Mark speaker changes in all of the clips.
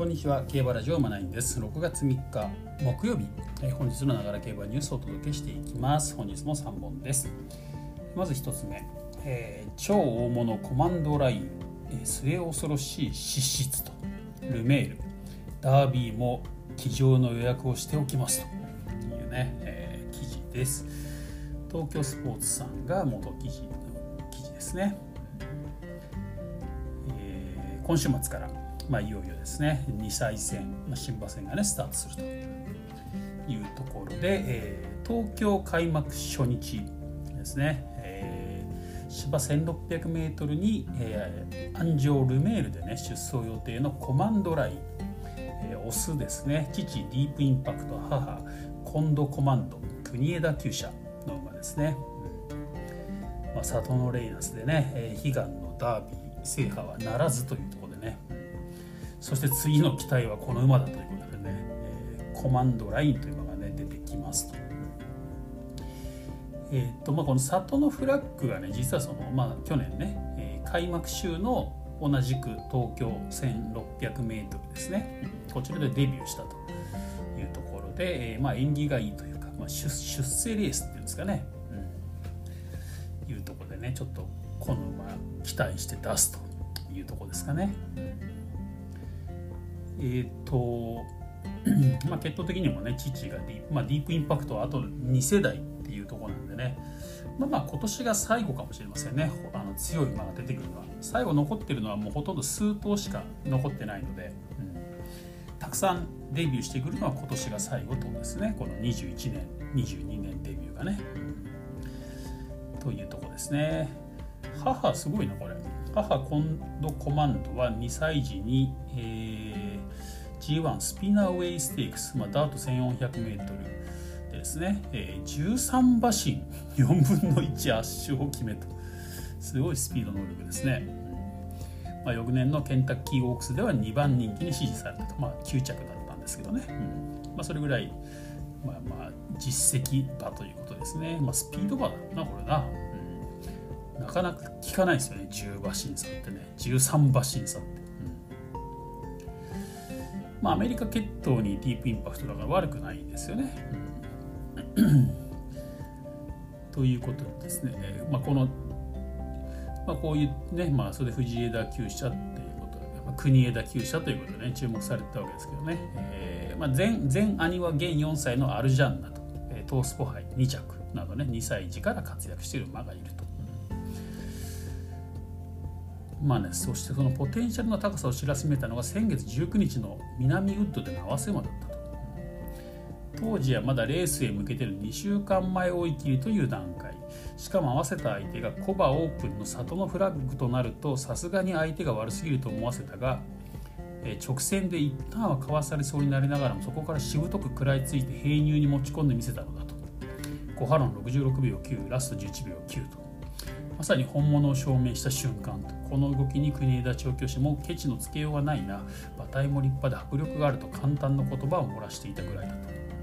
Speaker 1: こんにちは、競馬ラジオマナインです。6月3日木曜日、本日のながら競馬ニュースをお届けしていきます。本日も3本です。まず1つ目、超大物コマンドライン、末恐ろしい資質とルメール、ダービーも騎乗の予約をしておきますというね、記事です。東京スポーツさんが元記事ですね。今週末からいよいよですね、2歳戦、新馬戦がねスタートするというところで、東京開幕初日ですね、芝 1600m に、安城ルメールでね出走予定のコマンドライン、オスですね、父ディープインパクト、母コンドコマンド、国枝厩舎の馬ですね。サトノレイナスでね、悲願のダービー制覇はならずというところでね、そして次の期待はこの馬だということでね、コマンドラインという馬がね出てきますと。このサトノフラッグがね、実はその、去年ね、開幕週の同じく東京 1600m ですね、こちらでデビューしたというところで、縁起がいいというか、出世レースっていうんですかね、いうところでね、ちょっとこの馬期待して出すというところですかね。血統的にもね、父がディープインパクトはあと2世代っていうところなんでね、今年が最後かもしれませんね。強い馬が出てくるのは最後残ってるのはもうほとんど数頭しか残ってないので、たくさんデビューしてくるのは今年が最後とですね。この21年22年デビューがね、というところですね。母すごいなこれ。母コンドコマンドは2歳児に、G1 スピナーウェイステークス、ダート 1400m でですね、13馬身4分の1圧勝を決めと、すごいスピード能力ですね。翌年のケンタッキーオークスでは2番人気に支持されたと、9着だったんですけどね、それぐらい、実績馬ということですね。スピード馬だろうなこれな。なかなか聞かないですよね、10馬身差ってね、13馬身差って。アメリカ血統にディープインパクトだから悪くないですよね。ということでですね、こういうね、それで藤枝厩舎っていうことで、国枝厩舎ということでね注目されてたわけですけどね、前兄は現4歳のアルジャンナと、トースポ杯2着などね、2歳児から活躍している馬がいると。そしてそのポテンシャルの高さを知らしめたのが先月19日の南ウッドでの合わせ馬だったと。当時はまだレースへ向けての2週間前追い切りという段階、しかも合わせた相手がコバオープンのサトノフラッグとなると、さすがに相手が悪すぎると思わせたが、直線で一旦はかわされそうになりながらも、そこからしぶとく食らいついて平入に持ち込んでみせたのだと。5ハロン66秒9、ラスト11秒9と、まさに本物を証明した瞬間と。この動きに国枝調教師もケチのつけようがないな、馬体も立派で迫力があると簡単な言葉を漏らしていたぐらいだと。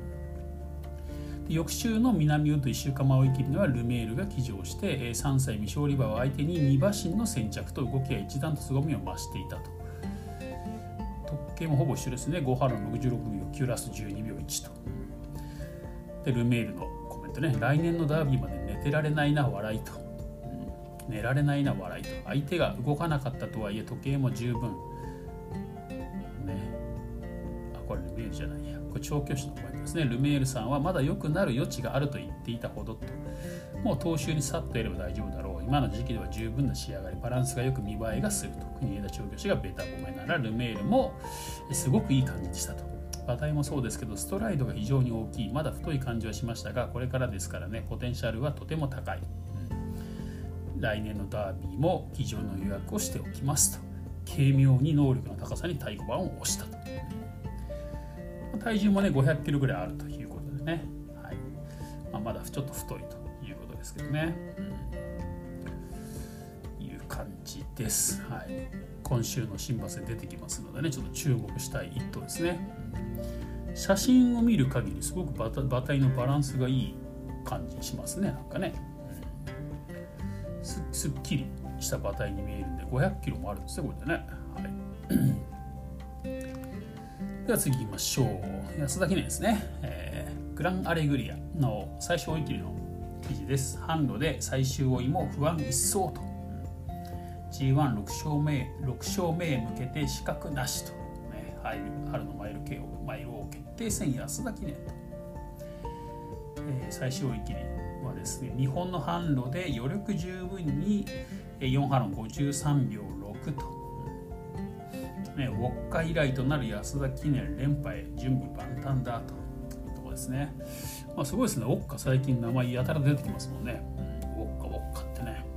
Speaker 1: 翌週の南ウッド1週間前追い切りにはルメールが騎乗して、3歳未勝利馬を相手に2馬身の先着と、動きが一段と凄みを増していたと。特計もほぼ一緒ですね。5ハロン66秒9、ラスト12秒1と。でルメールのコメントね、来年のダービーまで寝てられないな笑いと、寝られないな笑いと。相手が動かなかったとはいえ時計も十分ね。これルメールじゃないや、これ調教師のコメントですね。ルメールさんはまだ良くなる余地があると言っていたほどと、もう踏襲にさっとやれば大丈夫だろう、今の時期では十分な仕上がり、バランスがよく見栄えがすると。国枝調教師がベタ褒めなら、ルメールもすごくいい感じでしたと。馬体もそうですけどストライドが非常に大きい、まだ太い感じはしましたが、これからですからね、ポテンシャルはとても高い。来年のダービーも騎乗の予約をしておきますと。軽妙に能力の高さに太鼓判を押したと。体重もね500キロぐらいあるということでね、まだちょっと太いということですけどね、いう感じです。今週の新馬戦出てきますのでね、ちょっと注目したい一頭ですね。写真を見る限りすごく馬体のバランスがいい感じしますね。なんかね、すっきりした馬体に見えるんで500キロもあるんですね、これでね。 では次行きましょう。安田記念ですね、グランアレグリアの最終追い切りの記事です。販路で最終追いも不安一層と、G16 勝目へ向けて資格なしと、ね、春のマイル王決定戦安田記念と、最終追い切りはですね、日本の販路で余力十分に4ハロン53秒6と、ウォッカ以来となる安田記念連覇へ準備万端だというところですね。すごいですね、ウォッカ最近名前やたら出てきますもんね。ウォッカってね。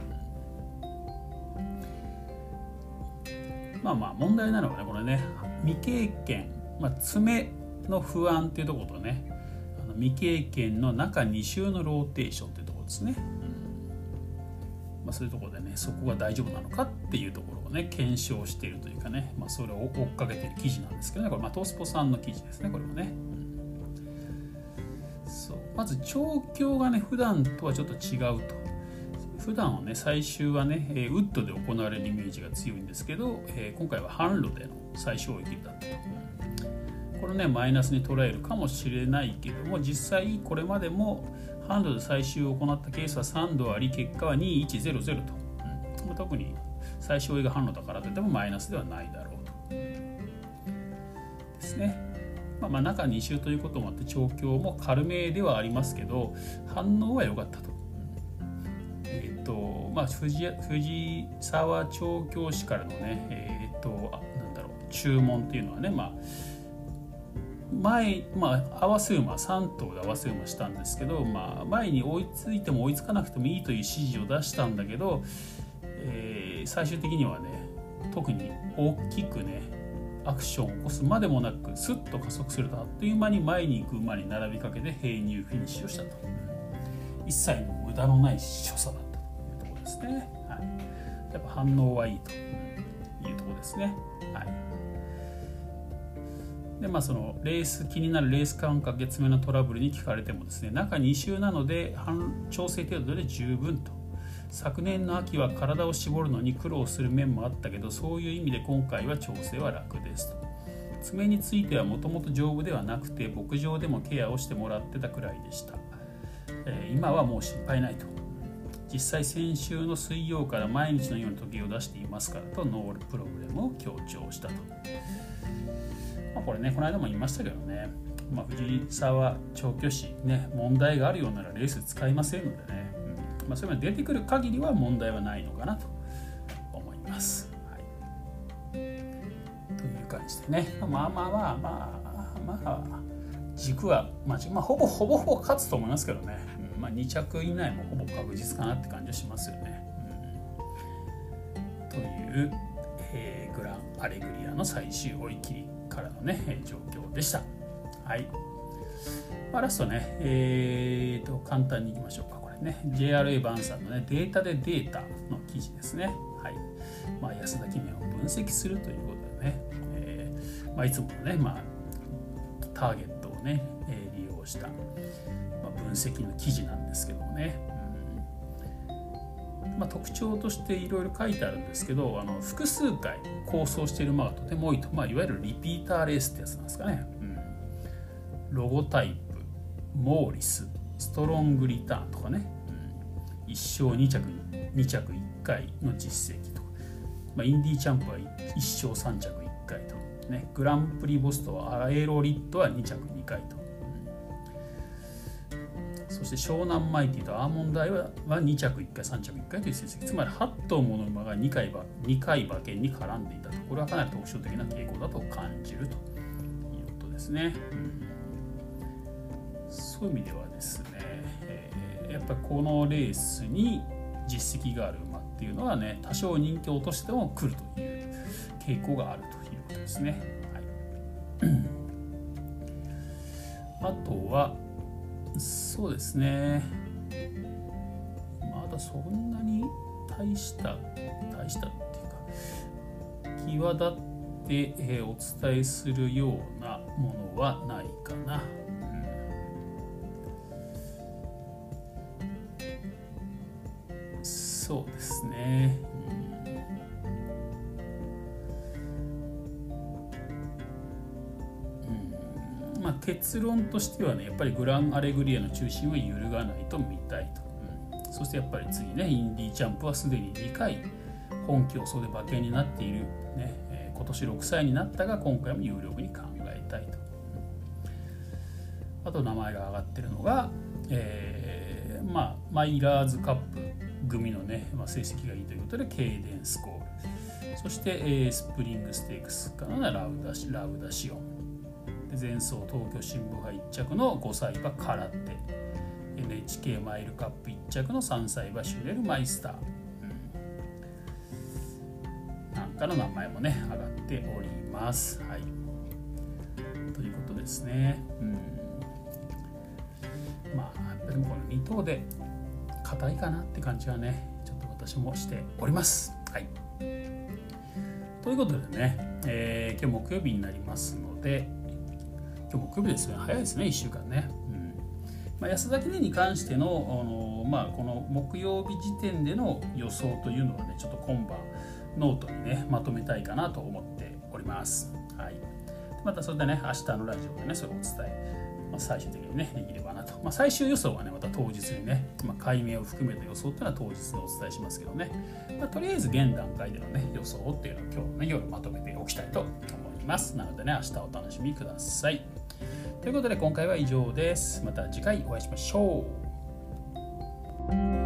Speaker 1: 問題なのはね、これね、未経験、爪の不安っていうところとね、未経験の中2週のローテーションっていうところですね。そういうところでね、そこが大丈夫なのかっていうところをね、検証しているというかね、それを追っかけている記事なんですけどね、これトースポさんの記事ですね、これはね。そう、まず調教がね、普段とはちょっと違うと。普段はね、最終はね、ウッドで行われるイメージが強いんですけど、今回は販路での最終追い切りだったと。これね、マイナスに捉えるかもしれないけども、実際これまでも販路で最終を行ったケースは3度あり、結果は2100と、特に最終追いが販路だからといってもマイナスではないだろうとですね。中2週ということもあって調教も軽めではありますけど、反応は良かったと。藤沢調教師からのね、注文っていうのはね、合わせ馬3頭で合わせ馬したんですけど、前に追いついても追いつかなくてもいいという指示を出したんだけど、最終的にはね、特に大きくねアクションを起こすまでもなく、スッと加速するとあっという間に前に行く馬に並びかけて併入フィニッシュをしたと。一切の無駄のない所作だったというところですね。やっぱ反応はいいというところですね。でその気になるレース間隔月目のトラブルに聞かれてもですね、中2週なので調整程度で十分と。昨年の秋は体を絞るのに苦労する面もあったけど、そういう意味で今回は調整は楽ですと。爪についてはもともと丈夫ではなくて、牧場でもケアをしてもらってたくらいでした。今はもう心配ないと。実際先週の水曜から毎日のように時計を出していますからと、ノープロブレムを強調したと。これね、この間も言いましたけどね、藤沢調教師ね、問題があるようならレース使いませんのでね、そういうのが出てくる限りは問題はないのかなと思います。という感じでね、軸は、ほぼ勝つと思いますけどね、2着以内もほぼ確実かなって感じはしますよね。という、グランアレグリアの最終追い切りからのね、状況でした。ラストね、簡単にいきましょうか。これね、JRA バンさんのね、データでデータの記事ですね。安田記念を分析するということでね、いつものね、ターゲットをね、利用した、分析の記事なんですけどもね、特徴としていろいろ書いてあるんですけど、複数回構想している馬がとても多いと、いわゆるリピーターレースってやつなんですかね。ロゴタイプ、モーリス、ストロングリターンとかね、1勝2着1回の実績とか、インディーチャンプは1勝3着1回と、ね、グランプリボスとアエロリットは2着2回と、そして湘南マイティとアーモンドアイは2着1回3着1回という成績、つまり8頭もの馬が2回馬券に絡んでいたと。これはかなり特徴的な傾向だと感じるということですね。そういう意味ではですね、やっぱりこのレースに実績がある馬っていうのはね、多少人気を落としても来るという傾向があるということですね。あとはそうですね、まだそんなに大したっていうか際立って、お伝えするようなものはないかな。そうですね。 結論としてはね、やっぱりグランアレグリアの中心は揺るがないと見たいと、そしてやっぱり次ね、インディチャンプはすでに2回本競争で馬券になっている、ね、今年6歳になったが今回も有力に考えたいと。あと名前が挙がってるのが、マイラーズカップ組のね、成績がいいということでケイデンスコール、そして、スプリングステークスからラウダシオンで、前走東京新聞杯1着の5歳馬カラテ、 NHK マイルカップ1着の3歳馬シュレルマイスター、なんかの名前もね上がっております。はい、ということですね。でもこの2頭で硬いかなって感じはね、ちょっと私もしております。はい、ということでね、今日木曜日になりますので、今日木曜日ですね、早いですね、1週間ね。安田記念に関しての、この木曜日時点での予想というのはね、ちょっと今晩ノートにねまとめたいかなと思っております。はい、またそれでね、明日のラジオでねそれをお伝え、最終的にねできればなと。最終予想はねまた当日にね、解明を含めた予想っていうのは当日にお伝えしますけどね、とりあえず現段階でのね予想っていうのを今日の夜まとめておきたいと思います。なのでね、明日お楽しみください。ということで今回は以上です。また次回お会いしましょう。